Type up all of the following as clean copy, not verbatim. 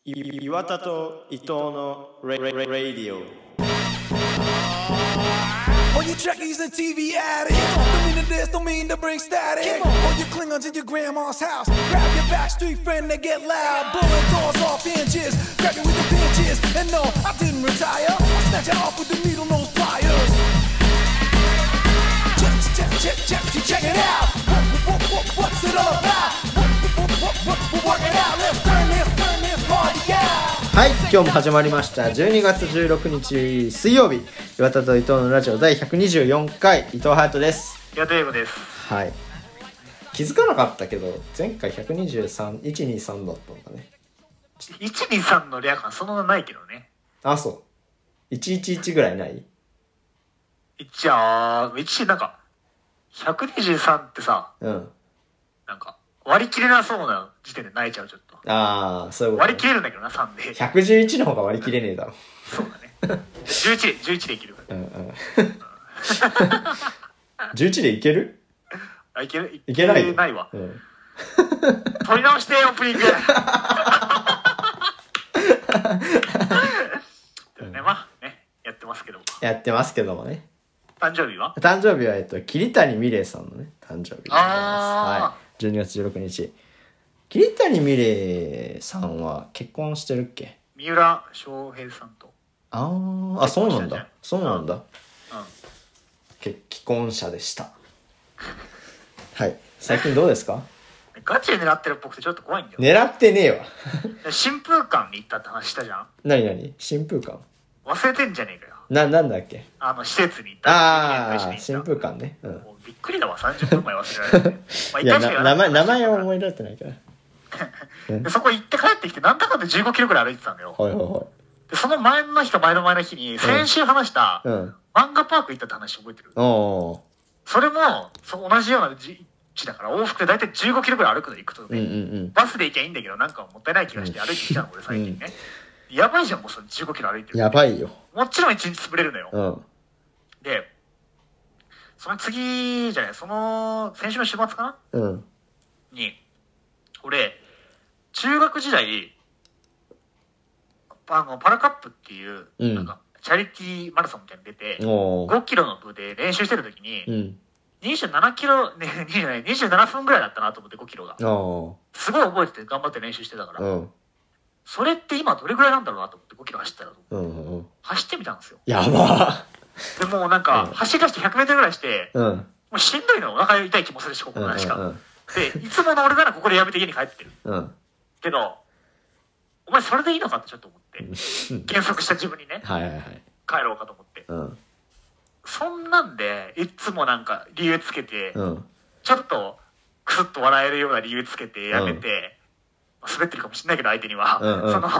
岩田と伊藤のレディオ。 All you trekkies and TV addicts, don't mean to this, don't mean to bring static. All you Klingons in your grandma's house, grab your backstreet friend, they get loud. Blowing doors off hinges, grab you with the pinches. And no, I didn't retire, I snatch it off with the needle nose pliers. Check it out. What's it all about? Work it out, let's turn this party out. はい、今日も始まりました12月16日水曜日、岩田と伊藤のラジオ第124回、伊藤隼人です。 岩田英語です。 はい、気づかなかったけど前回123、123だったんだね。 123の略はそんなないけどね。 あ、そう111ぐらいない？ じゃあなんか123ってさ、 うんなんか割り切れなそうな時点で泣いちゃう。ちょっとああ、そういうこと、ね、 割り切れるんだけどな、3で 111の方が割り切れねえだろ。 そうだね。11でいける。 うんうん11でいける？ あ、いける？ いけないよ。 ないわ、 うん、 取り直してオープニングね、まあね、やってますけどもね。誕生日は桐谷美玲さんのね誕生日でございます。はい、12月16日。桐谷美玲さんは結婚してるっけ？ 三浦翔平さんと。 あ、そうなんだ。そうなんだ。既婚者でした。はい。最近どうですか？ ガチで狙ってるっぽくてちょっと怖いんだよ。 狙ってねえわ。 新風館に行ったって話したじゃん。 何？新風館？忘れてんじゃねえかよ。 なんだっけ？ 施設に行った。 新風館ね。うん。 もうびっくりだわ、30分前忘れられて。まあ、 いや、名前は思い出してないから。 でそこ行って帰ってきて、なんだかんだ15キロくらい歩いてたんだよ。 はいはいはい。 でその前の日と前の前の日に、先週話した、漫画パーク行ったって話覚えてる？それも同じような地だから、往復で大体15キロくらい歩くの行くとね、バスで行きゃいいんだけど、なんかもったいない気がして歩いてきたの、俺最近ね。やばいじゃん、もうその15キロ歩いてる。 やばいよ。 もちろん1日潰れるのよ。で、その次じゃない、先週の週末かな、に、俺、中学時代、パラカップっていう、なんか、チャリティーマラソンみたいに出て、5キロの部で練習してる時に、27キロ、27分ぐらいだったなと思って、5キロが。すごい覚えてて頑張って練習してたから。それって今どれぐらいなんだろうなと思って5キロ走ったら、走ってみたんですよ。 やばー。でもうなんか、走り出して100メートルぐらいして、もうしんどいの、お腹痛い気もするし、ここぐらいしか。で、いつもの俺ならここでやめて家に帰ってる。けど、お前それでいいのかってちょっと思って、減速した自分にね、帰ろうかと思って。そんなんで、いつもなんか理由つけて、ちょっとクスッと笑えるような理由つけてやめて、滑ってるかもしれないけど相手には、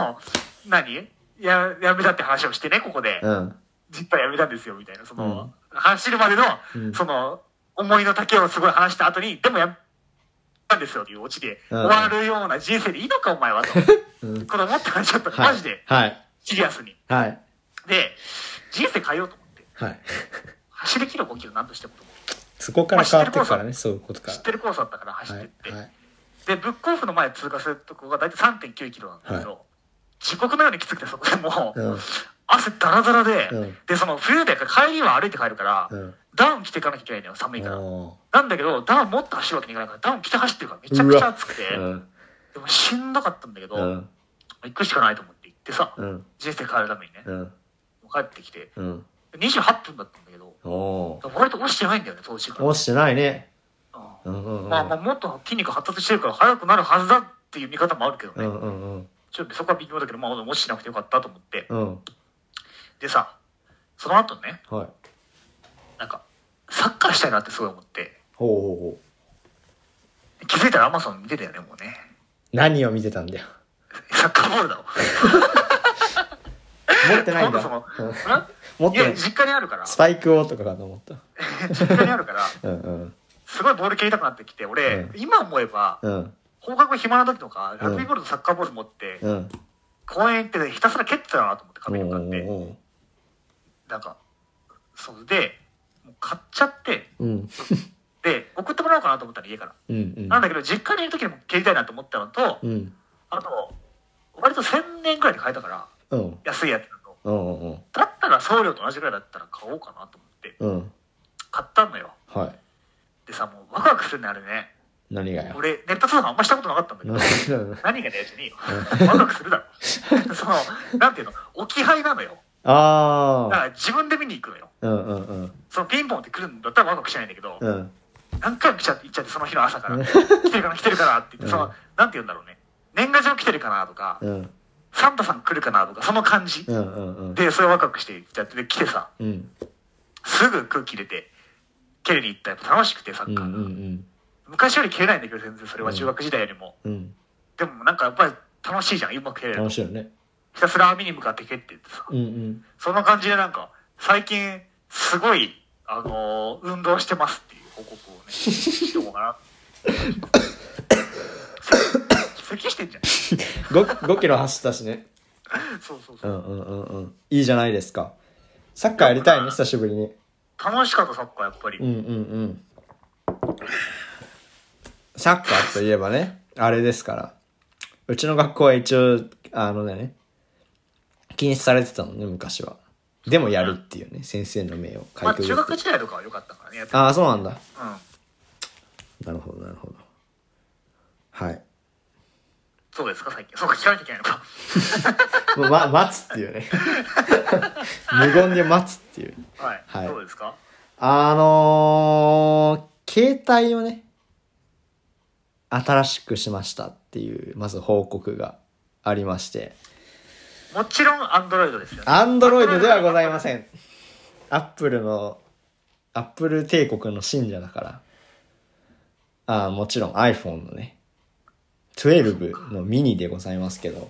やめたって話をしてね、ここで、実はやめたんですよみたいな、走るまでの、思いの丈をすごい話した後に、でもやめたんですよっていうオチで終わるような人生でいいのかお前はと、これ思ったからちょっとマジでシリアスに、で人生変えようと思って、走り切る5キロなんとしてもと思って、 そこから変わってくからね、そういうことか。 知ってるコースだったから走ってって、でブックオフの前通過するとこが大体 3.9 キロなんだけど、地獄のようにきつくて、そこでもう、汗ダラダラで、で冬で帰りは歩いて帰るから、ダウン着ていかなきゃいけないんだよ、寒いから。なんだけどダウン持って走るわけにいかないから、ダウン着て走ってるからめちゃくちゃ暑くて、でもしんどかったんだけど、行くしかないと思って行ってさ、人生変えるためにね、帰ってきて、28分だったんだけど、割と落ちてないんだよね、当時から。 落ちてないね。 まあもっと筋肉発達してるから速くなるはずだっていう見方もあるけどね、ちょっとそこは微妙だけど、まあ落ちてなくてよかったと思って、でさ、その後ね、なんかサッカーしたいなってすごい思って、気づいたら Amazon 見てたよね、もうね。 何を見てたんだよ。 サッカーボールだろ。 持ってないんだ。 持ってない。いや、実家にあるから。 スパイクをとかかと思った。 実家にあるからすごいボール蹴りたくなってきて、俺、今思えば、放課後暇な時とかラグビーボールとサッカーボール持って、公園行ってひたすら蹴ってたなと思って、壁に向かって、なんかそうで、もう買っちゃって、で送ってもらおうかなと思ったら、家から、なんだけど実家にいる時にも蹴りたいなと思ったのと、あと割と1000年くらいで買えたから、 うん、 安いやつだと、 うんうん、 だったら送料と同じくらいだったら買おうかなと思って、 うん、 買ったのよ。 はい。 でさ、もうワクワクするね、あれね。 何がよ。 俺、ネット通販あんましたことなかったんだけど、何がだよじゃねえよ。ワクワクするだろ。その、なんていうの、置き配なのよ。 ああ。 だから自分で見に行くのよ。 うんうんうん。 そのピンポンって来るんだったらワクワクしないんだけど、 うん、 何回も行っちゃって、その日の朝から、来てるかな、来てるかなって言って、その、なんて言うんだろうね。年賀状来てるかなとか、 うん、 サンタさん来るかなとか、その感じ。 うんうんうん、 で、それワクワクして行っちゃって、で、来てさ、 うん、 すぐ空気入れて、蹴りに行ったらやっぱ楽しくて、サッカーが。 うんうんうん、 昔より蹴れないんだけど、全然それは中学時代よりも。 うん、 でもなんかやっぱり楽しいじゃん、うまく蹴れる。 楽しいよね。 ひたすら網に向かって蹴って言ってさ、 うんうん、そんな感じでなんか、最近、すごい、運動してますっていう報告をね、しとこうかな。咳してんじゃん。 5キロ走ったしね。 そうそうそう。 うんうんうんうん。いいじゃないですか。サッカーやりたいね、久しぶりに。 楽しかった、サッカーやっぱり。 うんうんうん。サッカーといえばね、あれですから。うちの学校は一応、禁止されてたのね、昔は。でもやるっていうね、先生の命をかいくぐって。まあ中学時代とかは良かったからね。 ああ、そうなんだ。 うん。 なるほど、なるほど。はい。 そうですか、最近。そうか、聞かなきゃいけないのか。 待つっていうね。無言で待つっていう。 はい。はい。どうですか？ 携帯をね、新しくしましたっていう、まず報告がありまして。 もちろん、アンドロイドですよね。 アンドロイドではございません。アップル帝国の信者だから。もちろん iPhone のね、12のミニでございますけど。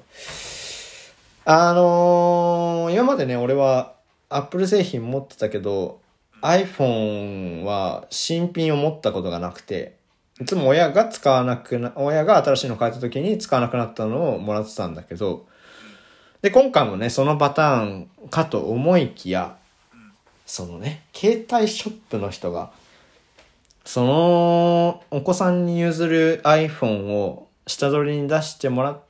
今までね、俺は Apple 製品持ってたけど、iPhone は新品を持ったことがなくて、いつも親が新しいの買えた時に使わなくなったのをもらってたんだけど、で、今回もね、そのパターンかと思いきや、そのね、携帯ショップの人が、そのお子さんに譲る iPhone を下取りに出してもらって、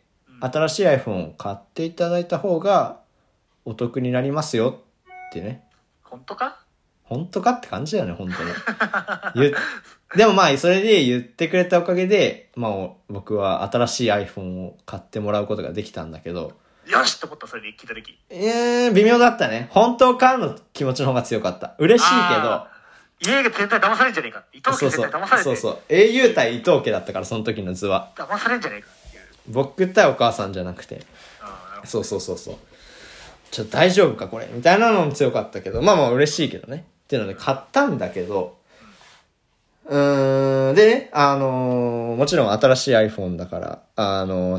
新しい iPhone を買っていただいた方がお得になりますよってね。 本当かって感じだよね、本当に。でもまあ、それで言ってくれたおかげで、まあ、僕は新しい iPhone を買ってもらうことができたんだけど。 よしって思った、それで聞いたとき。 微妙だったね。本当からの気持ちの方が強かった。嬉しいけど。 家が全体騙されんじゃねえか。伊藤家全体騙されて。 そうそう。au 対伊藤家だったから、その時の図は。 騙されんじゃねえかっていう。 僕対お母さんじゃなくて。そう。ちょっと大丈夫かこれみたいなのも強かったけど、まあ嬉しいけどね。っていうので買ったんだけど、でね、もちろん新しい iPhone だから、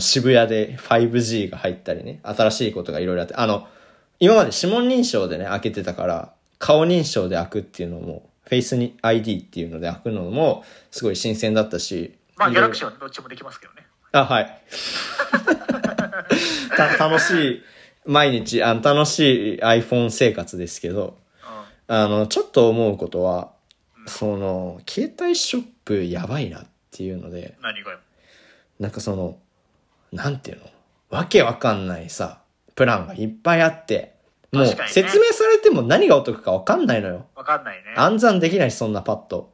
渋谷で 5G が入ったりね、新しいことがいろいろあって、今まで指紋認証でね、開けてたから、顔認証で開くっていうのも、フェイスに ID っていうので開くのも、すごい新鮮だったし。 まあ、ギャラクシーはどっちもできますけどね。 はい。楽しい、毎日、楽しい iPhone 生活ですけど、ちょっと思うことは、携帯ショップやばいなっていうので、 何がよ。 なんかなんていうの？わけわかんないさ、プランがいっぱいあって、もう説明されても何がお得かわかんないのよ。 わかんないね。 暗算できないし、そんなパッと。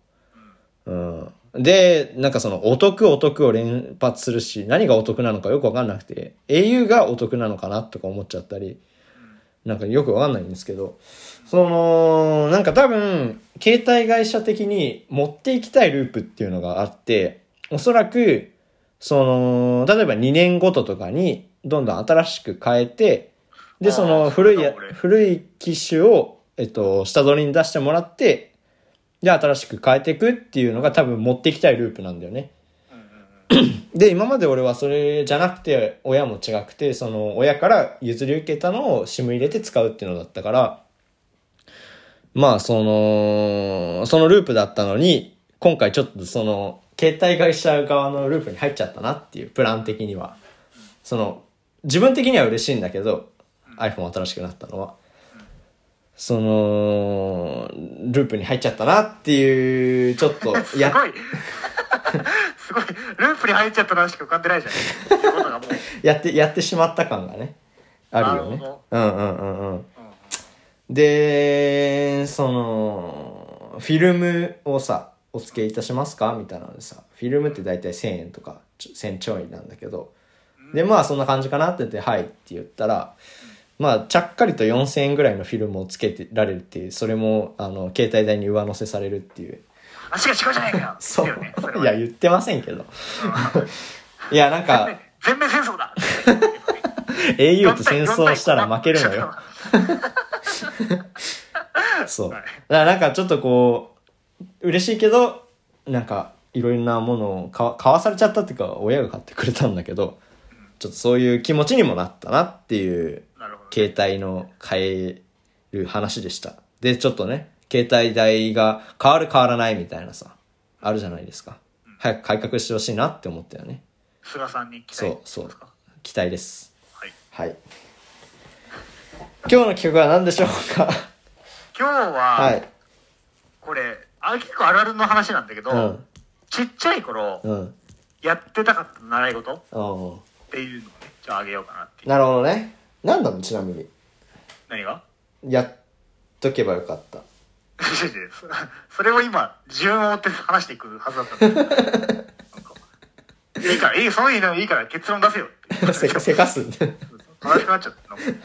で、なんかお得を連発するし、何がお得なのかよくわかんなくて、au がお得なのかなとか思っちゃったり、なんかよくわかんないんですけど、なんか多分、携帯会社的に持っていきたいループっていうのがあって、おそらく、例えば2年ごととかに、どんどん新しく変えて、で、古い機種を、下取りに出してもらって、で、新しく変えていくっていうのが多分持っていきたいループなんだよね。で、今まで俺はそれじゃなくて、親も違くて、親から譲り受けたのを SIM 入れて使うっていうのだったから、まあ、そのループだったのに、今回ちょっと携帯会社側のループに入っちゃったなっていう、プラン的には。自分的には嬉しいんだけど、iPhone 新しくなったのは。ループに入っちゃったなっていう、ちょっと、 すごい。 すごいループに入っちゃったなしか浮かんでないじゃんっていうことがもうやってしまった感がねあるよね。 なるほうんでそのフィルムをさお付けいたしますかみたいなのでさ、フィルムって大体1000円とか1000ちょいなんだけど、でまあそんな感じかなって言ってはいって言ったら、まあちゃっかりと4000円ぐらいのフィルムをつけてられるっていう、それも携帯代に上乗せされるっていう。 足が違うじゃないかよそう、 ね、 いや言ってませんけどいやなんか全面戦争だ au と戦争したら負けるのよそうだからなんかちょっとこう嬉しいけど、なんかいろいろなものを買わされちゃったっていうか親が買ってくれたんだけど、ちょっとそういう気持ちにもなったなっていう携帯の変える話でした。でちょっとね携帯代が変わる変わらないみたいなさあるじゃないですか。早く改革してほしいなって思ったよね。 菅さんに期待ですか？ そう期待です。 はい、 はい、今日の企画は何でしょうか今日は、はい、これ結構あるあるの話なんだけど、ちっちゃい頃、やってたかった習い事っていうのをねじゃああげようかなっていう。 なるほどね。何なのちなみに。何がやっとけばよかった。 それを今順を追って話していくはずだったんだけどいいからそういうのいいから結論出せよってせかす悲しくなっちゃ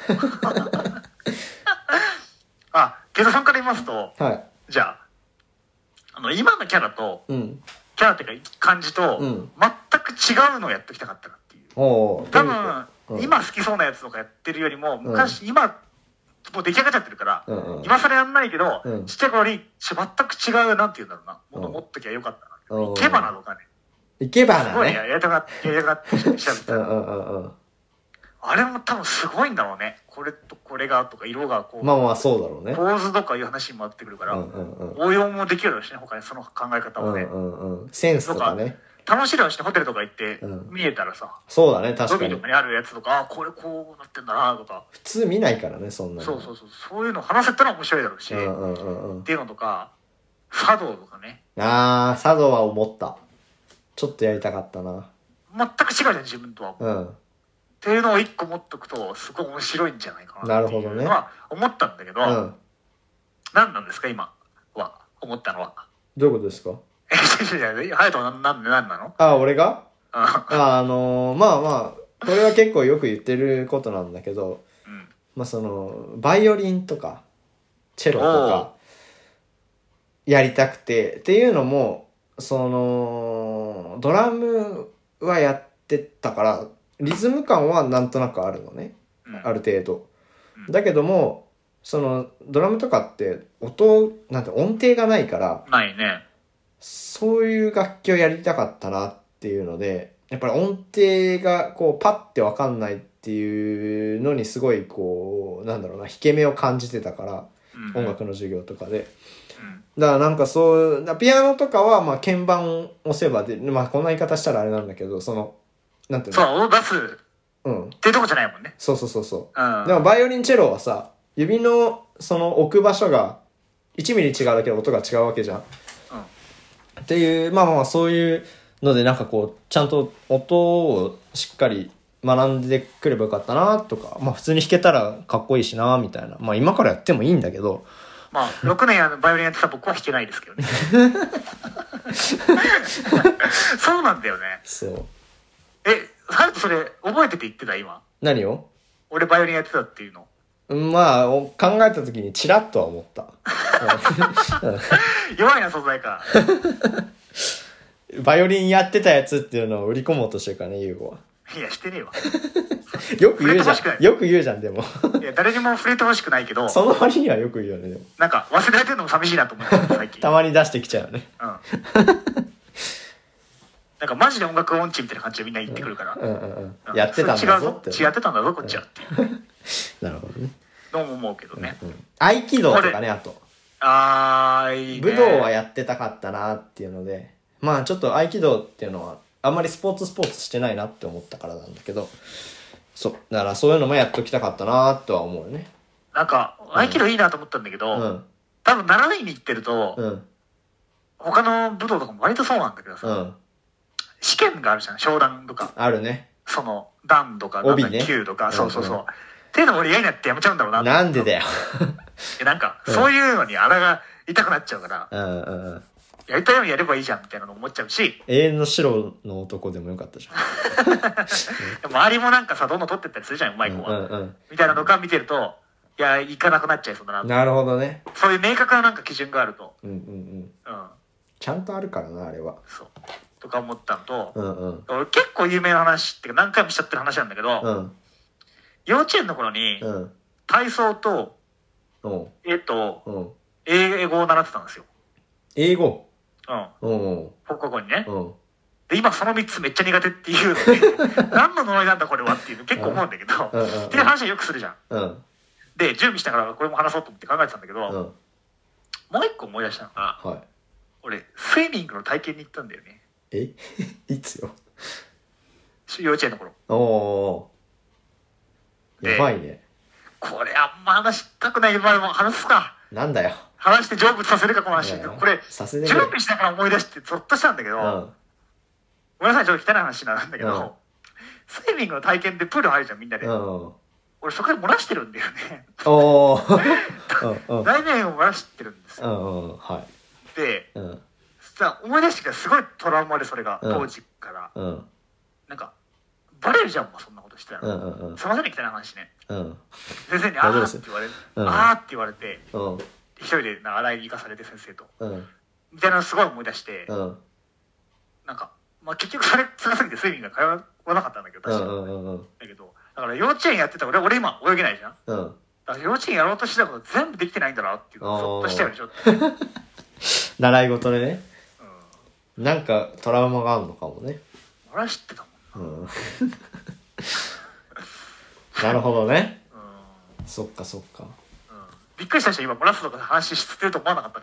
った結論から言いますと、はい、じゃあ今のキャラと、キャラっていうか感じと、全く違うのをやってきたかったなっていう。多分、今好きそうなやつとかやってるよりも昔、今もう出来上がっちゃってるから、今更やんないけど、ちっちゃい頃に全く違う、なんて言うんだろうな、もの持っときゃよかったな。生け花とかね。 生け花ね。 すごいやりたがって調べたら。あれも多分すごいんだろうね。これとこれがとか色がこう。 まあそうだろうね。 構図とかいう話にもなってくるから、応用もできるだろうしね、他にその考え方をね。 センスとかね。 楽しいだろうしね、ホテルとか行って見えたらさ。 そうだね、確かに。 ロビーとかにあるやつとか、これこうなってんだなとか。 普通見ないからね、そんなの。 そういうの話せたら面白いだろうし。っていうのとか、茶道とかね。 茶道は思った。ちょっとやりたかったな。 全く違うじゃん、自分とは。っていうのを一個持っとくとすごい面白いんじゃないかなっていうのは思ったんだけど、何なんですか今は思ったのは。 どういうことですか？ 隼人は何なの？ 俺がまあこれは結構よく言ってることなんだけど、まあそのバイオリンとかチェロとかやりたくてっていうのも、そのドラムはやってたからリズム感はなんとなくあるのね、ある程度。だけどもそのドラムとかって音程がないからないね。 そういう楽器をやりたかったなっていうので、やっぱり音程がこうパッて分かんないっていうのにすごいこう引け目を感じてたから、音楽の授業とかで。だからなんかピアノとかはまあ鍵盤を押せばで、まあこんな言い方したらあれなんだけど、そのなんていうの、 そう出すっていうとこじゃないもんね。 そう、でもバイオリンチェロはさ、指のその置く場所が1ミリ違うだけで音が違うわけじゃん、っていうまあそういうのでなんかこうちゃんと音をしっかり学んでくればよかったなとか、まあ普通に弾けたらかっこいいしなみたいな、まあ今からやってもいいんだけど、 まあ6年バイオリンやってた僕は弾けないですけどねそうなんだよね。 そう隼人それ覚えてて言ってた今。 何を？ 俺バイオリンやってたっていうの。 まあ考えた時にチラッとは思った弱いな素材かバイオリンやってたやつっていうのを売り込もうとしてるからね、優吾は。 いやしてねえわよく言うじゃんでもいや誰にも触れてほしくないけどその割にはよく言うよね。でもなんか忘れられてるのも寂しいなと思って最近たまに出してきちゃうよね。 なんかマジで音楽音痴みたいな感じでみんな言ってくるから、 やってたんだぞって。 やってたんだぞこっちはっていう、 なるほどね。 どうも思うけどね。 合気道とかね、あといいね。 武道はやってたかったなっていうので、まあちょっと合気道っていうのはあんまりスポーツしてないなって思ったからなんだけど、そうだからそういうのもやっときたかったなとは思うよね。 なんか合気道いいなと思ったんだけど、多分習いに行ってると、他の武道とかも割とそうなんだけどさ、 試験があるじゃん、商談とか。 あるね。 その、段とか、 帯ね。 級とか、そうそうそう。っていうのも俺嫌になってやめちゃうんだろうな。 なんでだよ。 なんか、そういうのに抗が痛くなっちゃうから、やりたいようにやればいいじゃんみたいなの思っちゃうし。 永遠の白の男でもよかったじゃん。周りもなんかさ、どんどん取ってったりするじゃん、うまい子は。みたいなのが見てると、いや、行かなくなっちゃいそうだな。 なるほどね。 そういう明確ななんか基準があると。 ちゃんとあるからな、あれは。 そう。とか思ったのと、俺結構有名な話っていうか何回もしちゃってる話なんだけど、幼稚園の頃に、体操と、絵と、英語を習ってたんですよ。 英語？ 放課後にね。で、今その3つめっちゃ苦手っていうので、何の呪いなんだこれはっていうの結構思うんだけど、っていう話はよくするじゃん。で、準備しながらこれも話そうと思って考えてたんだけど、もう一個思い出したのが、俺、スイミングの体験に行ったんだよね。 いつよ。 幼稚園の頃。 やばいね。 これあんま話したくない場合も話すか。 なんだよ。 話して成仏させるかこの話。これ、準備しながら思い出してゾッとしたんだけど、ごめんなさい、ちょっと汚い話なんだけど、スイミングの体験でプール入るじゃん、みんなで。俺そこで漏らしてるんだよね。内面を漏らしてるんですよ。で、思い出してからすごいトラウマで、それが当時から。なんか、バレるじゃん、そんなことしてたら。すいませんね、汚い話ね。先生に、あーって言われて、あーって言われて、一人で洗いに行かされて先生と。みたいなのすごい思い出して、なんか、まあ結局それ辛すぎてスイミングが通わなかったんだけど、確かに。だけど、だから幼稚園やってた俺今泳げないじゃん。だから幼稚園やろうとしてたこと全部できてないんだなっていうのをそっとしたよね、ちょっと。 習い事でね。なんかトラウマがあるのかもね。 俺は知ってたもん。 なるほどね。そっかそっか。 びっくりした人今漏らすとか話してると思わなかったから。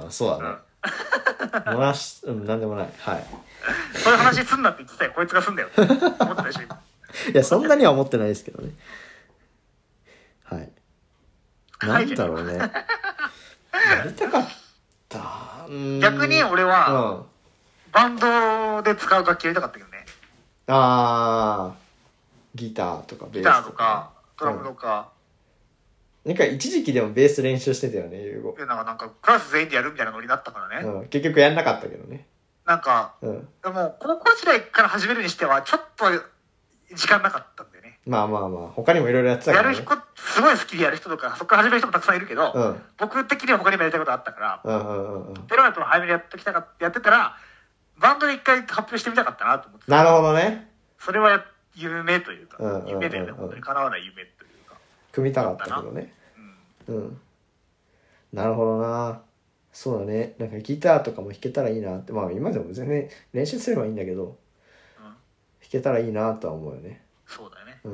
そうだね。漏らし、なんでもない。はい。 そういう話すんなって言ってたよ。こいつがすんだよって思ったでしょ今。 いや、そんなには思ってないですけどね。はい。なんだろうね。やりたかった。 逆に俺は、バンドで使う楽器やりたかったけどね。 ギターとかベースとか。ギターとか、ドラムとか。 なんか一時期でもベース練習してたよね、ゆうご。 なんかクラス全員でやるみたいなノリになったからね。 結局やんなかったけどね。 なんか、でも高校時代から始めるにしてはちょっと時間なかったんだよね。 まあ他にもいろいろやってたからね。 やる人、すごい好きでやる人とか、そこから始める人もたくさんいるけど、僕的には他にもやりたいことあったから、ペロナとの早めにやってたら、バンドで一回発表してみたかったなと思ってた。 なるほどね。 それは夢というか、夢だよね、本当に叶わない夢というか。 組みたかったけどね。なるほどな。そうだね。なんかギターとかも弾けたらいいなって。まあ今でも全然練習すればいいんだけど、弾けたらいいなとは思うよね。 そうだよね。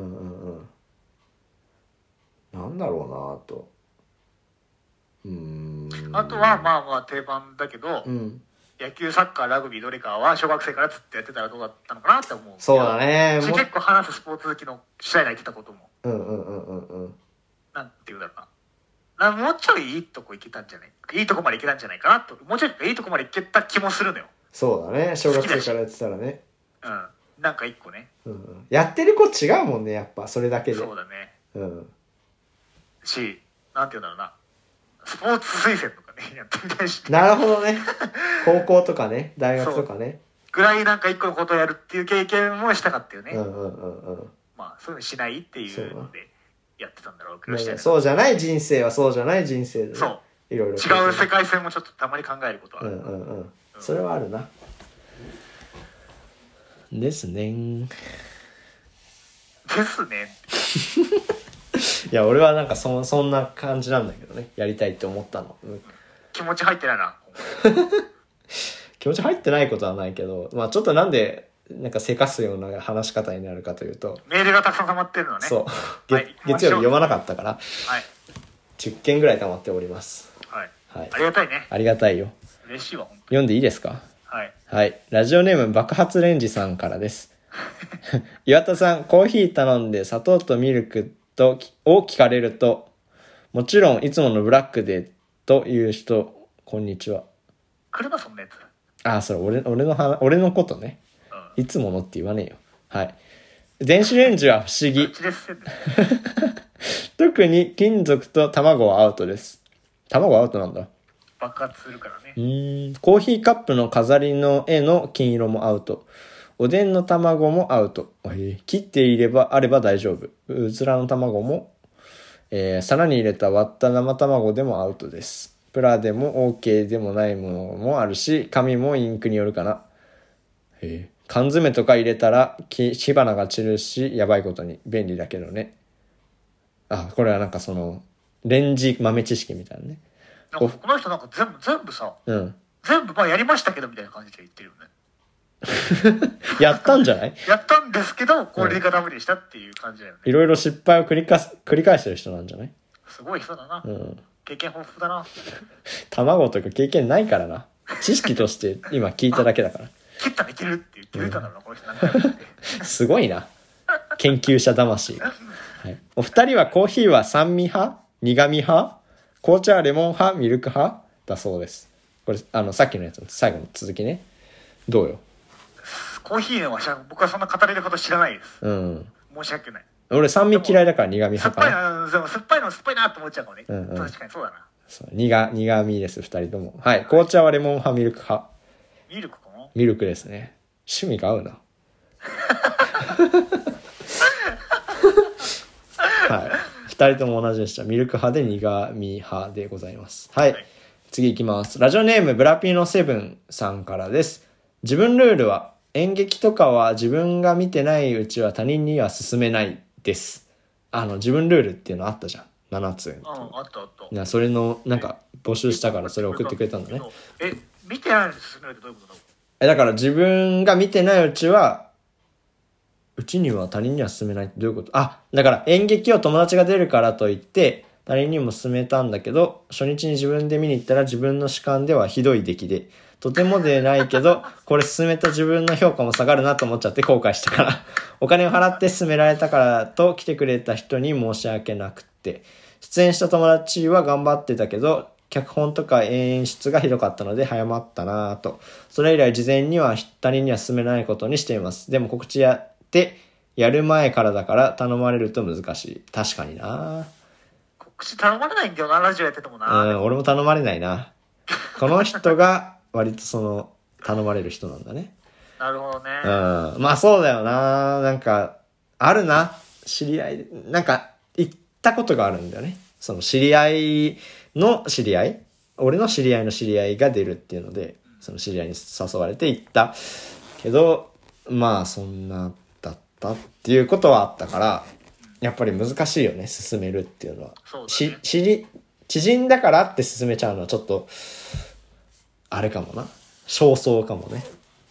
なんだろうなと。 あとはまあ定番だけど、野球、サッカー、ラグビーどれかは小学生からずっとやってたらどうだったのかなって思う。 そうだね。 結構話すスポーツ好きの主体が言ってたことも。なんていうんだろうな。もうちょいいいとこ行けたんじゃないいいとこまで行けたんじゃないかなと。もうちょいいいとこまで行けた気もするのよ。 そうだね。小学生からやってたらね。 なんか一個ね。 やってる子違うもんね、やっぱ。それだけで。 そうだね。なんていうんだろうな。スポーツ推薦とかね、やってみたいし。 なるほどね。高校とかね、大学とかね。 ぐらいなんか一個のことをやるっていう経験もしたかったよね。まあ、そういうのしないっていうのでやってたんだろうけど、 そうじゃない人生はそうじゃない人生で、ね。そう。いろいろ。 違う世界線もちょっとたまに考えることはある。 それはあるな。ですね。 ですね。 いや俺はなんかそんな感じなんだけどね、やりたいって思ったの。 気持ち入ってないな。 気持ち入ってないことはないけど、まあちょっとなんでなんかせかすような話し方になるかというと、 メールがたくさん溜まってるのね。 そう、月曜日読まなかったから、10件ぐらい溜まっております。 ありがたいね。 ありがたいよ。 嬉しいわ。本当に読んでいいですか？はい。ラジオネーム爆発レンジさんからです。岩田さん、コーヒー頼んで砂糖とミルクを聞かれると、もちろんいつものブラックでという人、こんにちは。 来るなそんなやつ。 それ俺のことね。 いつものって言わねえよ。はい。電子レンジは不思議。特に金属と卵はアウトです。卵はアウトなんだ。 爆発するからね。 コーヒーカップの飾りの絵の金色もアウト。おでんの卵もアウト。切っていればあれば大丈夫。うずらの卵も、皿に入れた割った生卵でもアウトです。プラでも OK でもないものもあるし、紙もインクによるかな。缶詰とか入れたら火花が散るし、やばいことに便利だけどね。あ、これはなんかそのレンジ豆知識みたいなね。 この人なんか全部さ、全部まあやりましたけどみたいな感じで言ってるよね。 やったんじゃない？ やったんですけど、これがダメでしたっていう感じだよね。 いろいろ失敗を繰り返してる人なんじゃない？ すごい人だな。経験豊富だな。 卵とか経験ないからな。知識として今聞いただけだから。 切ったらいけるって言ってたんだろうな、この人何回も言って。 すごいな。研究者魂。はい、お二人はコーヒーは酸味派？苦味派？紅茶はレモン派？ミルク派？だそうです。これさっきのやつの最後の続きね。どうよ？ コーヒーのは僕はそんな語れること知らないです。申し訳ない。 俺酸味嫌いだから苦味派かな。 酸っぱいなって思っちゃうかもね。確かにそうだな。 そう苦味です、二人とも。はい。紅茶はレモン派、ミルク派。 ミルクかな？ ミルクですね。趣味が合うな。はい。二人とも同じでした。ミルク派で苦味派でございます。はい。次いきます。ラジオネームブラピノセブンさんからです。自分ルールは演劇とかは自分が見てないうちは他人には勧めないです。自分ルールっていうのあったじゃん。7つ。 あった。 それのなんか募集したからそれ送ってくれたんだね。 見てないのに勧めないってどういうことだろう？ だから自分が見てないうちはうちには他人には勧めないってどういうこと？だから演劇を友達が出るからといって他人にも勧めたんだけど、初日に自分で見に行ったら自分の主観ではひどい出来で、とてもでないけどこれ勧めた自分の評価も下がるなと思っちゃって後悔したからお金を払って勧められたからと来てくれた人に申し訳なくって、出演した友達は頑張ってたけど脚本とか演出がひどかったので早まったなぁと。それ以来事前には他人には勧めないことにしています。でも告知やってやる前からだから頼まれると難しい。確かにな。 告知頼まれないんだよな、ラジオやっててもな。 俺も頼まれないな。この人が割と頼まれる人なんだね。 なるほどね。 まあそうだよな。なんかあるな、知り合いなんか行ったことがあるんだよね。その知り合いの知り合い、俺の知り合いの知り合いが出るっていうので、その知り合いに誘われて行ったけど、まあそんなだったっていうことはあったから、やっぱり難しいよね、進めるっていうのは。 そうだね。 知人だからって進めちゃうのはちょっとあれかもな、焦燥かもね。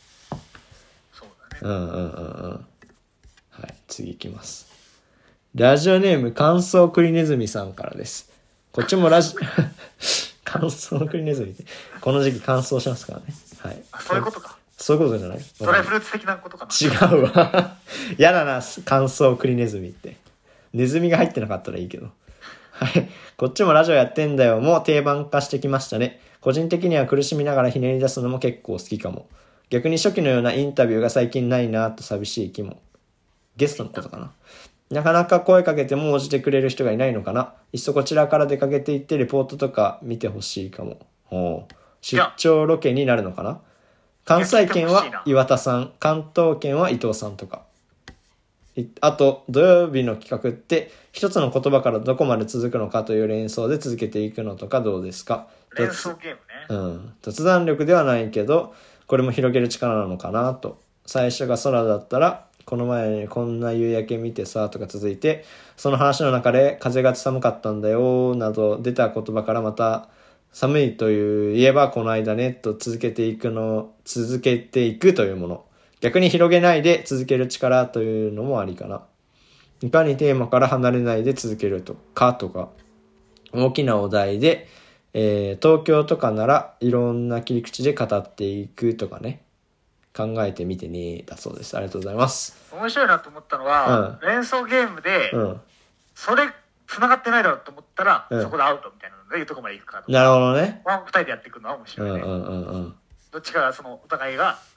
そうだね。 はい、次いきます。ラジオネーム乾燥クリネズミさんからです。こっちも乾燥クリネズミってこの時期乾燥しますからね。はい。 そういうことか。 そういうことじゃない？ ドライフルーツ的なことかな。 違うわ。やだな、乾燥クリネズミって。ネズミが入ってなかったらいいけど。はい。こっちもラジオやってんだよも定番化してきましたね。個人的には苦しみながらひねり出すのも結構好きかも。逆に初期のようなインタビューが最近ないなと寂しい気も。ゲストのことかな。なかなか声かけても応じてくれる人がいないのかな。いっそこちらから出かけていってレポートとか見てほしいかも。出張ロケになるのかな。関西圏は岩田さん、関東圏は伊藤さんとか。あと土曜日の企画って一つの言葉からどこまで続くのかという連想で続けていくのとかどうですか？ 連想ゲームね。 雑談力ではないけどこれも広げる力なのかなと。最初が空だったらこの前こんな夕焼け見てさとか続いて、その話の中で風が寒かったんだよなど出た言葉からまた寒いと言えばこの間ねと続けていくというもの。逆に広げないで続ける力というのもありかな。いかにテーマから離れないで続けるとか大きなお題で、東京とかならいろんな切り口で語っていくとかね。考えてみてねだそうです。ありがとうございます。 面白いなと思ったのは、連想ゲームで、それ繋がってないだろうと思ったら、そこでアウトみたいなのでいうとこまでいくかとか。 なるほどね。 2人でやっていくのは面白いね。どっちかがお互いが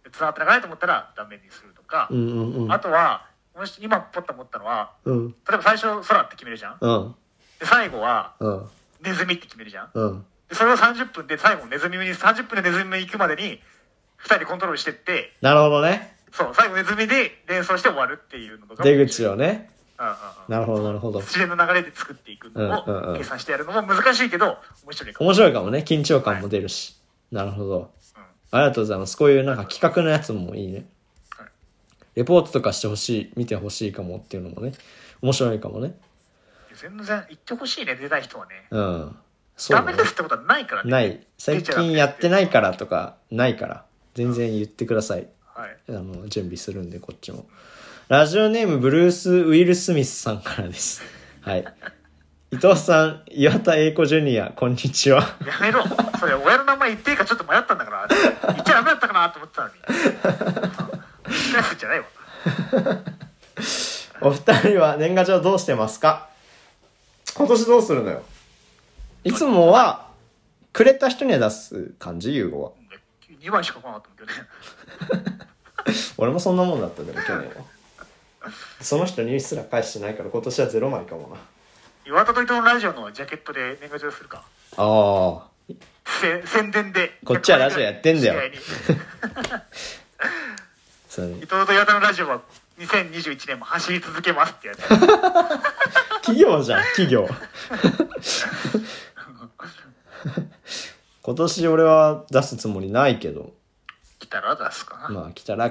繋がってないと思ったらダメにするとか、 うんうんうん。 あとは、もし今ポッと思ったのは、 うん。 例えば最初空って決めるじゃん。 うん。 で、最後は、 うん。 ネズミって決めるじゃん。 うん。 で、それを30分で最後ネズミに、30分でネズミに行くまでに、2人コントロールしてって、 なるほどね。 そう、最後ネズミで連想して終わるっていうのとか。 出口をね。 うんうんうん。 なるほどなるほど。 自然の流れで作っていくのを計算してやるのも難しいけど、面白いかも。 面白いかもね。緊張感も出るし。はい、なるほど。ありがとうございます。こういうなんか企画のやつもいいね。はい、レポートとかしてほしい、見てほしいかもっていうのもね。面白いかもね。 全然言ってほしいね、出たい人はね。 うん。そうだね。 ダメですってことはないからね。 ない。最近やってないからとか、ないから。全然言ってください。 はい。 準備するんで、こっちも。ラジオネーム、ブルース・ウィル・スミスさんからです。はい。伊藤さん、岩田英子ジュニア、こんにちは。 やめろ。それ、親の名前言っていいかちょっと迷ったんだから。言っちゃダメだったかなと思ってたのに。言ったじゃないわ。 お二人は年賀状どうしてますか？今年どうするのよ。いつもは、くれた人には出す感じ、ユーゴは。 2枚しか来なかったもん、去年。 俺もそんなもんだったけど、去年は。その人にすら返してないから今年は0枚かもな。 岩田と伊藤のラジオのジャケットで年賀状するか。 ああ。 宣伝で。 こっちはラジオやってんだよ。 伊藤と岩田のラジオは2021年も走り続けますってやつ。 企業じゃん、企業。今年俺は出すつもりないけど。 来たら出すかな。 まあ来たら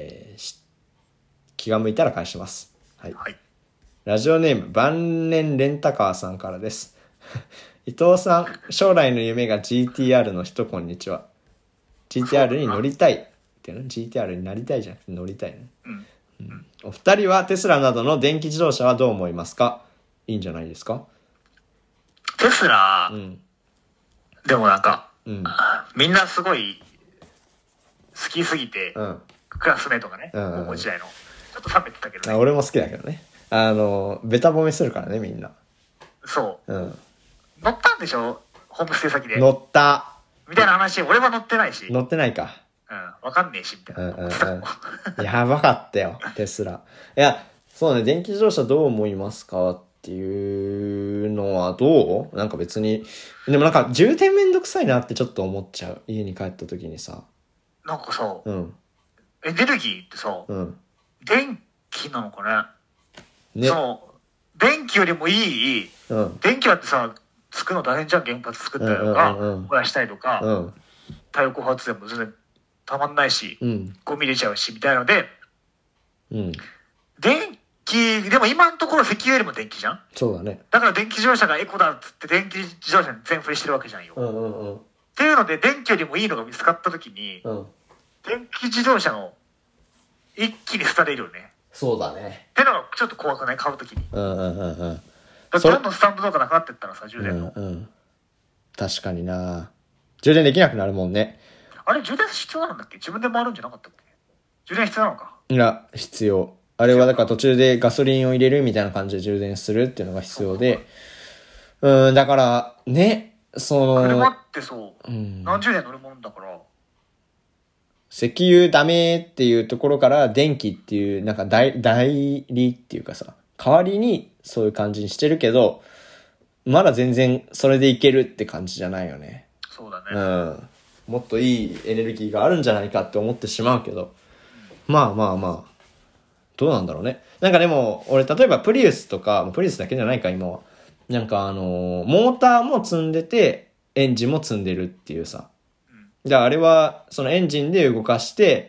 気が向いたら返します。はい。はい、ラジオネーム晩年レンタカーさんからです。伊藤さん、将来の夢が GTR の人こんにちは。GTR に乗りたいっていうの GTR になりたいじゃなくて乗りたいね。うんうん、お二人はテスラなどの電気自動車はどう思いますか？いいんじゃないですか？ テスラ、うん、でもなんか、うん、みんなすごい好きすぎて、うん、クラスメートがね、高校時代のちょっと冷めてたけどね。 俺も好きだけどね。ベタ褒めするからね、みんな。 そう。うん。乗ったんでしょ？ホームステイ先で。 乗った。 みたいな話、俺は乗ってないし。 乗ってないか。 うん、わかんねえし、みたいな。うんうんうん、やばかったよ、テスラ。いや、そうね、電気自動車どう思いますかっていうのはどう？なんか別に、でもなんか充電めんどくさいなってちょっと思っちゃう。家に帰った時にさ。 なんかさ、 うん、 エネルギーってさ、うん、電気なのかね。その、電気よりもいい、うん、電気だってさ、作るの大変じゃん、原発作ったりとか、燃やしたりとか、うん、太陽光発電も全然たまんないし、うん、ゴミ入れちゃうし、みたいなので、うん、電気、でも今のところ石油よりも電気じゃん？ そうだね。 だから電気自動車がエコだっつって電気自動車に全振りしてるわけじゃんよ。 うんうんうん、 っていうので、電気よりもいいのが見つかったときに、うん、電気自動車の一気に廃れるよね。 そうだね。 ってのがちょっと怖くない？買うときに。 うんうんうんうん。 だってどんどんスタンドとかなくなってったらさ、充電の。 うんうん。確かにな。充電できなくなるもんね。 あれ、充電必要なんだっけ？自分で回るんじゃなかったっけ？充電必要なのか？ いや、必要。あれはだから途中でガソリンを入れるみたいな感じで充電するっていうのが必要で。だから、ね、 車ってそう、何十年乗るもんだから。 石油ダメっていうところから電気っていう、なんか代理っていうかさ、代わりにそういう感じにしてるけど、まだ全然それでいけるって感じじゃないよね。 そうだね。 うん。もっといいエネルギーがあるんじゃないかって思ってしまうけど、まあまあまあ、どうなんだろうね。なんかでも、俺例えばプリウスとか、プリウスだけじゃないか今は。なんかモーターも積んでて、エンジンも積んでるっていうさ。じゃああれは、そのエンジンで動かして、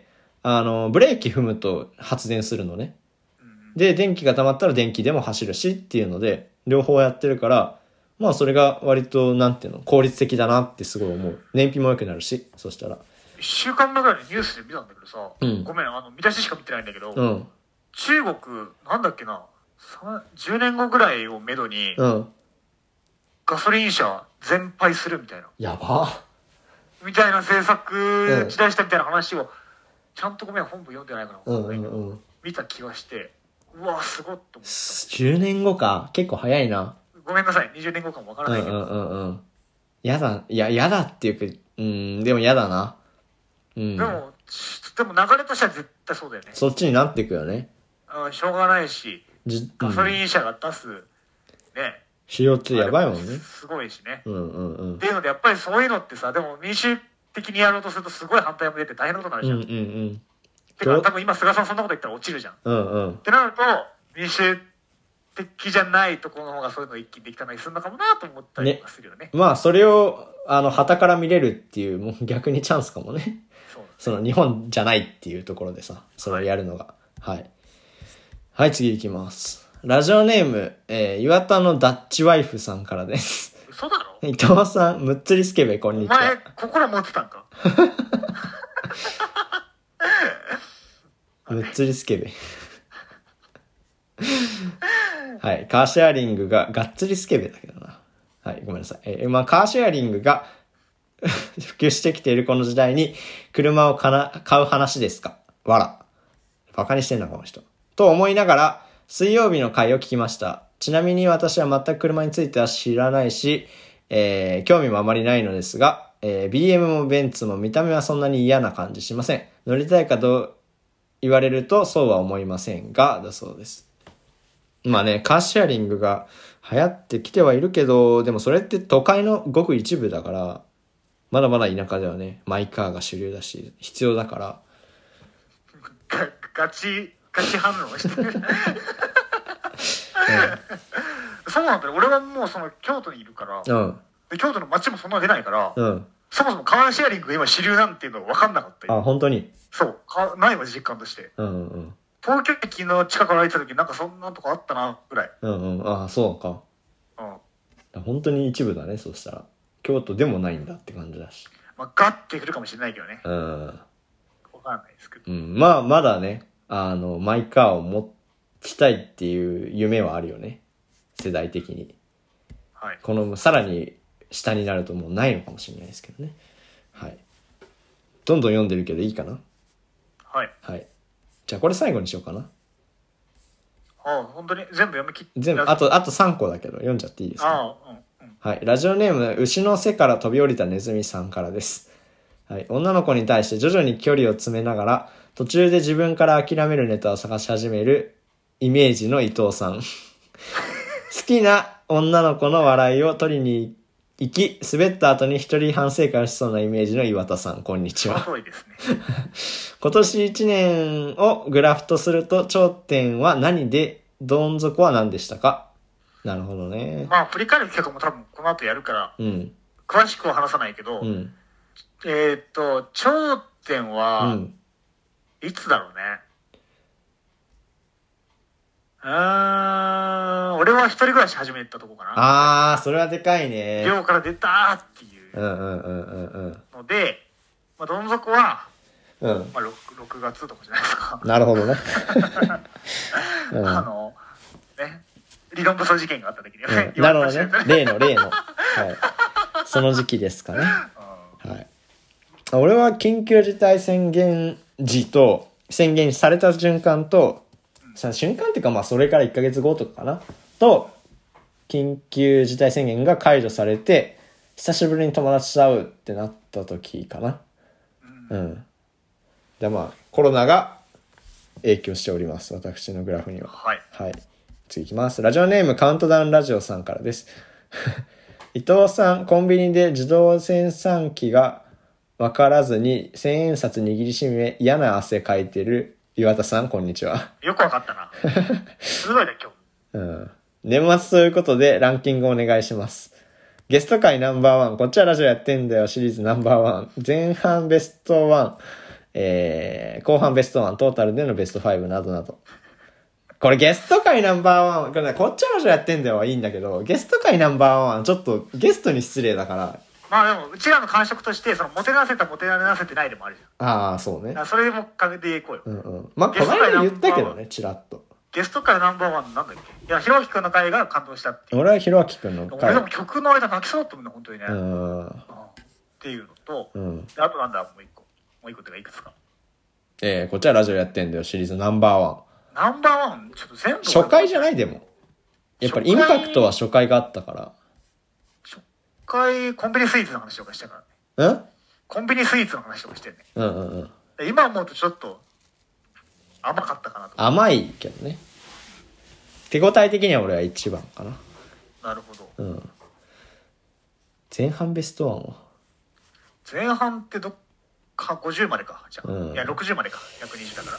ブレーキ踏むと発電するのね。で、電気が溜まったら電気でも走るしっていうので、両方やってるから、まあそれが割と、なんていうの、効率的だなってすごい思う。燃費も良くなるし、そしたら。 1週間前ぐらいにニュースで見たんだけどさ、ごめん、見出ししか見てないんだけど、中国、なんだっけな、10年後ぐらいをめどに、ガソリン車全廃するみたいな。 やばみたいな政策打ち出したみたいな話を、ちゃんとごめん、本部読んでないから分かんないけど、見た気がして、うわ、すごっと思った。 10年後か。結構早いな。 ごめんなさい、20年後かも分からないけど。 やだっていうか、でもやだな。 でも、 でも流れとしては絶対そうだよね。 そっちになっていくよね。 しょうがないし、ガソリン車が出す、ね。 CO2 やばいもんね。 すごいしね。 うんうんうん。 っていうので、やっぱりそういうのってさ、でも民主的にやろうとするとすごい反対も出て大変なことになるじゃん。 うんうんうん。 てか、多分今菅さんそんなこと言ったら落ちるじゃん。 うんうん。 ってなると、民主的じゃないところの方がそういうの一気にできたりするのかもなと思ったりはするよね。 まあ、それを、旗から見れるっていう、もう逆にチャンスかもね。その日本じゃないっていうところでさ、それをやるのが。はい。はい、次行きます。ラジオネーム、岩田のダッチワイフさんからです。 嘘だろ？ 伊藤さん、むっつりスケベ、こんにちは。 お前、心持ってたんか？ むっつりスケベ。はい、カーシェアリングが、がっつりスケベだけどな。はい、ごめんなさい。まあ、カーシェアリングが普及してきているこの時代に、車を買う話ですか？わら。バカにしてんな、この人。と思いながら、水曜日の回を聞きました。ちなみに私は全く車については知らないし、興味もあまりないのですが、BM もベンツも見た目はそんなに嫌な感じしません。乗りたいかどう言われるとそうは思いませんが、だそうです。まあね、カーシェアリングが流行ってきてはいるけど、でもそれって都会のごく一部だから、まだまだ田舎ではね、マイカーが主流だし、必要だから。 ガチ反応してる。そうなんだよ。俺はもうその京都にいるから、で京都の街もそんな出ないから、そもそもカーシェアリングが今主流なんていうのが分かんなかったよ。 あ、本当に？ そう。ないわ、実感として。東京駅の近くから歩いてた時なんかそんなとこあったな、ぐらい。 あ、そうか。本当に一部だね、そしたら。京都でもないんだって感じだし。 まあ、ガッてくるかもしれないけどね。分かんないですけど。 まあ、まだね、マイカーを持ちたいっていう夢はあるよね。世代的に。 はい。 この、さらに下になるともうないのかもしれないですけどね。はい。どんどん読んでるけどいいかな？ はい。 はい。じゃあこれ最後にしようかな。 本当に全部読み切って。 全部、あと3個だけど読んじゃっていいですか？はい。ラジオネーム、牛の背から飛び降りたネズミさんからです。はい。女の子に対して徐々に距離を詰めながら、途中で自分から諦めるネタを探し始めるイメージの伊藤さん。好きな女の子の笑いを取りに行き、滑った後に一人反省会をしそうなイメージの岩田さん、こんにちは。 そうですね。 今年1年をグラフとすると、頂点は何で、どん底は何でしたか？なるほどね。 まあ、振り返る企画も多分この後やるから、詳しくは話さないけど、頂点は、いつだろうね。俺は一人暮らし始めたとこかな。 それはでかいね。 寮から出たーっていうので、まあ、どん底は、まあ、6月とかじゃないですか。 なるほどね。 ね、理論武装事件があった時にね。 なるほどね。例の。はい。その時期ですかね。はい。俺は緊急事態宣言時と、宣言された瞬間と、瞬間っていうかまあそれから1ヶ月後とかかなと、緊急事態宣言が解除されて久しぶりに友達と会うってなった時かな。でまあコロナが影響しております、私のグラフには。はい、次いきます。ラジオネームカウントダウンラジオさんからです。伊藤さん、コンビニで自動生産機が分からずに千円札握りしめ嫌な汗かいてる岩田さん、こんにちは。 よくわかったな。すごいね、今日。年末ということでランキングお願いします。ゲスト回ナンバー1、こっちはラジオやってんだよシリーズナンバー1、前半ベスト1、後半ベスト1、トータルでのベスト5などなど。これゲスト回ナンバー1、これ、ね、こっちはラジオやってんだよはいいんだけど、ゲスト回ナンバー1、ちょっとゲストに失礼だから。 まあでもうちらの感触としてそのモテなせたモテなせてないでもあるじゃん。 そうね。 それもかけていこうよ。 まあこの間言ったけどね、チラッと。 ゲスト回ナンバー1なんだっけ？いや、ひろあきくんの回が感動したっていう。 俺はひろあきくんの回。 俺でも曲の間泣きそうだったもんね、本当にね。っていうのと、あとなんだ、もう一個ってかいくつか。 こっちはラジオやってんだよシリーズナンバー1。 ナンバー1ちょっと全部。 初回じゃないでも。やっぱりインパクトは初回があったから。 初回コンビニスイーツの話とかしたからね。コンビニスイーツの話とかしてるね。 今思うとちょっと甘かったかなと。 甘いけどね。手応え的には俺は1番かな。 なるほど。 うん。前半ベストワンは前半ってどっか50までか。じゃあ、 うん、 いや60までか。120だから。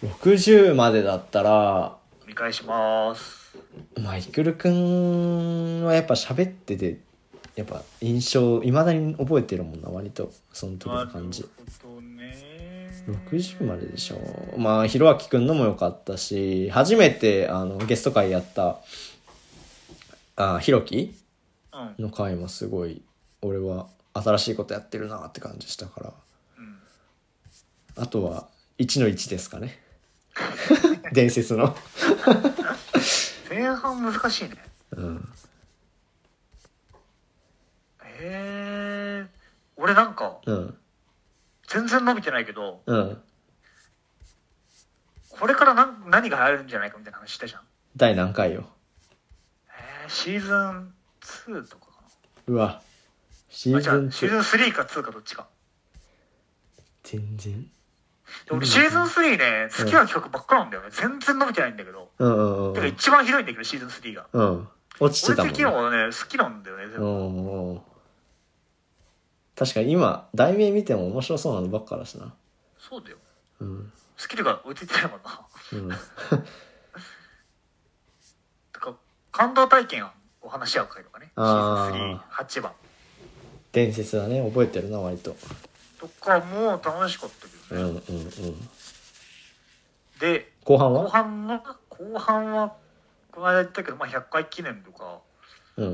60までだったら見返します。 まあイクルくんはやっぱ喋っててやっぱ印象未だに覚えてるもんな、割とその時の感じ。 なるほどね。 60まででしょ。まあひろあきくんのも良かったし、初めてゲスト会やったひろきの回もすごい俺は新しいことやってるなって感じしたから、うん、あとは1の1ですかね伝説の前半難しいね。 うん。 俺なんか、 うん、 全然伸びてないけど、 うん、 これから何が入るんじゃないかみたいな話したじゃん。 第何回よ。 シーズン2とかかな。 うわ、シーズン2。 シーズン3か2かどっちか。 全然。 で俺シーズン3ね、好きな曲ばっかなんだよね。全然伸びてないんだけど。 うんうんうん。 てか一番ひどいんだけど、シーズン3が。 うん。落ちてたもんね。 俺的にはね、好きなんだよね、全部。 うん。確かに今、題名見ても面白そうなのばっかだしな。 そうだよ。 うん。 スキルが追いついてないもんな。 うん。 とか、感動体験を話し合う回とかね。シーズン3、8番。 伝説だね、覚えてるな、割と。 とかもう楽しかったけどね。 うんうんうん。 で、 後半はこの間言ったけど、まあ100回記念とか。 うん。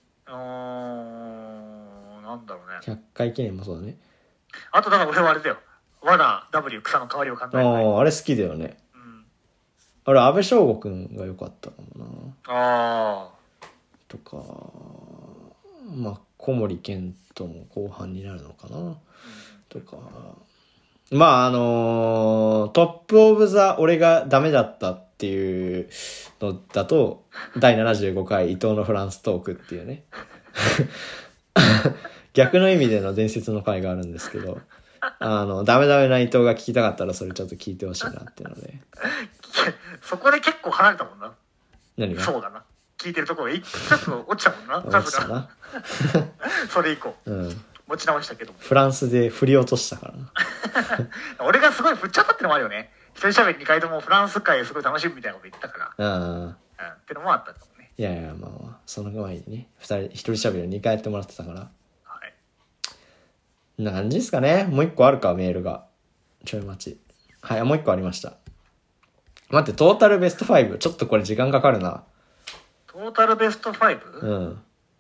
なんだろうね。 100回記念もそうだね。 あとだから俺はあれだよ。わら W 草の代わりを考えない。 あれ好きだよね。 うん。 あれ安倍翔吾くんが良かったかもな。とか、まあ小森健人も後半になるのかな。とか、まあトップオブザ俺がダメだったっていうのだと第75回伊藤のフランストークっていうね逆の意味での伝説の回があるんですけど、ダメな伊藤が聞きたかったらそれちょっと聞いてほしいなっていうのでそこで結構離れたもんな。 何が？ そうだな、聞いてるところでちょっと落ちたもんな。 落ちたなそれ以降、 うん、 持ち直したけどフランスで振り落としたからな俺がすごい振っちゃったってのもあるよね。一人喋り2回ともフランス会すごい楽しみみたいなこと言ったから、ってのもあったかもね。 いやいや、まあその前にね一人喋りを2回やってもらってたから、 はい、 な感じですかね。もう一個あるか、メールがちょい待ち。はい、もう一個ありました。待って、トータルベスト5、ちょっとこれ時間かかるな。 トータルベスト 5？ うん。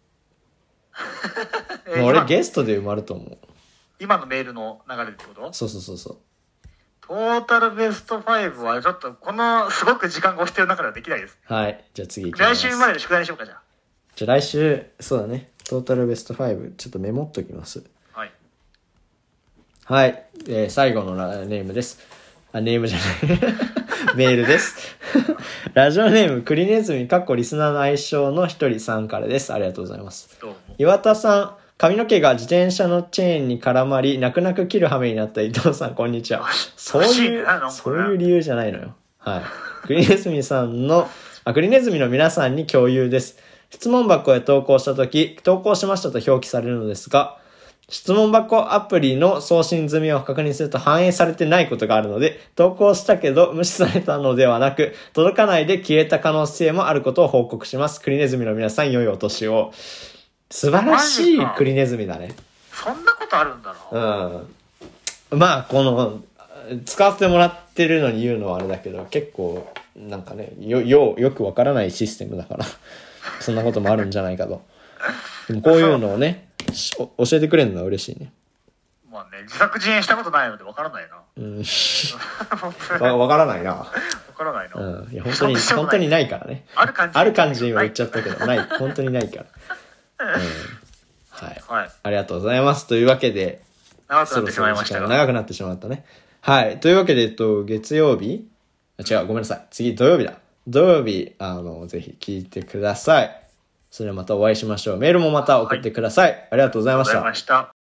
もう俺ゲストで埋まると思う。 今のメールの流れでってこと？ そう。 トータルベスト5はちょっとこのすごく時間が押してる中ではできないです。 はい、じゃあ次行きます。 来週までの宿題にしようか。じゃあ来週、そうだね、トータルベスト5ちょっとメモっときます。 はい、 はい、最後のネームです。ネームじゃないメールですラジオネームクリネズミリスナーの愛称の一人さんからです。ありがとうございます。 どうも。 岩田さん、髪の毛が自転車のチェーンに絡まり泣く泣く切る羽目になった伊藤さん、こんにちは。そういう理由じゃないのよ。はい。クリネズミの皆さんに共有です。質問箱へ投稿したとき、投稿しましたと表記されるのですが、質問箱アプリの送信済みを確認すると反映されてないことがあるので、投稿したけど無視されたのではなく、届かないで消えた可能性もあることを報告します。クリネズミの皆さん、良いお年を。素晴らしいクリネズミだね。 そんなことあるんだな。 うん。まあ、この、使わせてもらってるのに言うのはあれだけど、結構、なんかね、よくわからないシステムだから、そんなこともあるんじゃないかと。でもこういうのをね、教えてくれるのは嬉しいね。 まあね、自作自演したことないのでわからないな。 わからないな。 わからないな。 うん。いや、本当にないからね。ある感じには言っちゃったけど、ない。本当にないから。はい。はい。ありがとうございます。というわけで、 長くなってしまいましたが。 長くなってしまったね。はい。というわけで、月曜日？違う、ごめんなさい。次、土曜日だ。土曜日、ぜひ聞いてください。それではまたお会いしましょう。メールもまた送ってください。ありがとうございました。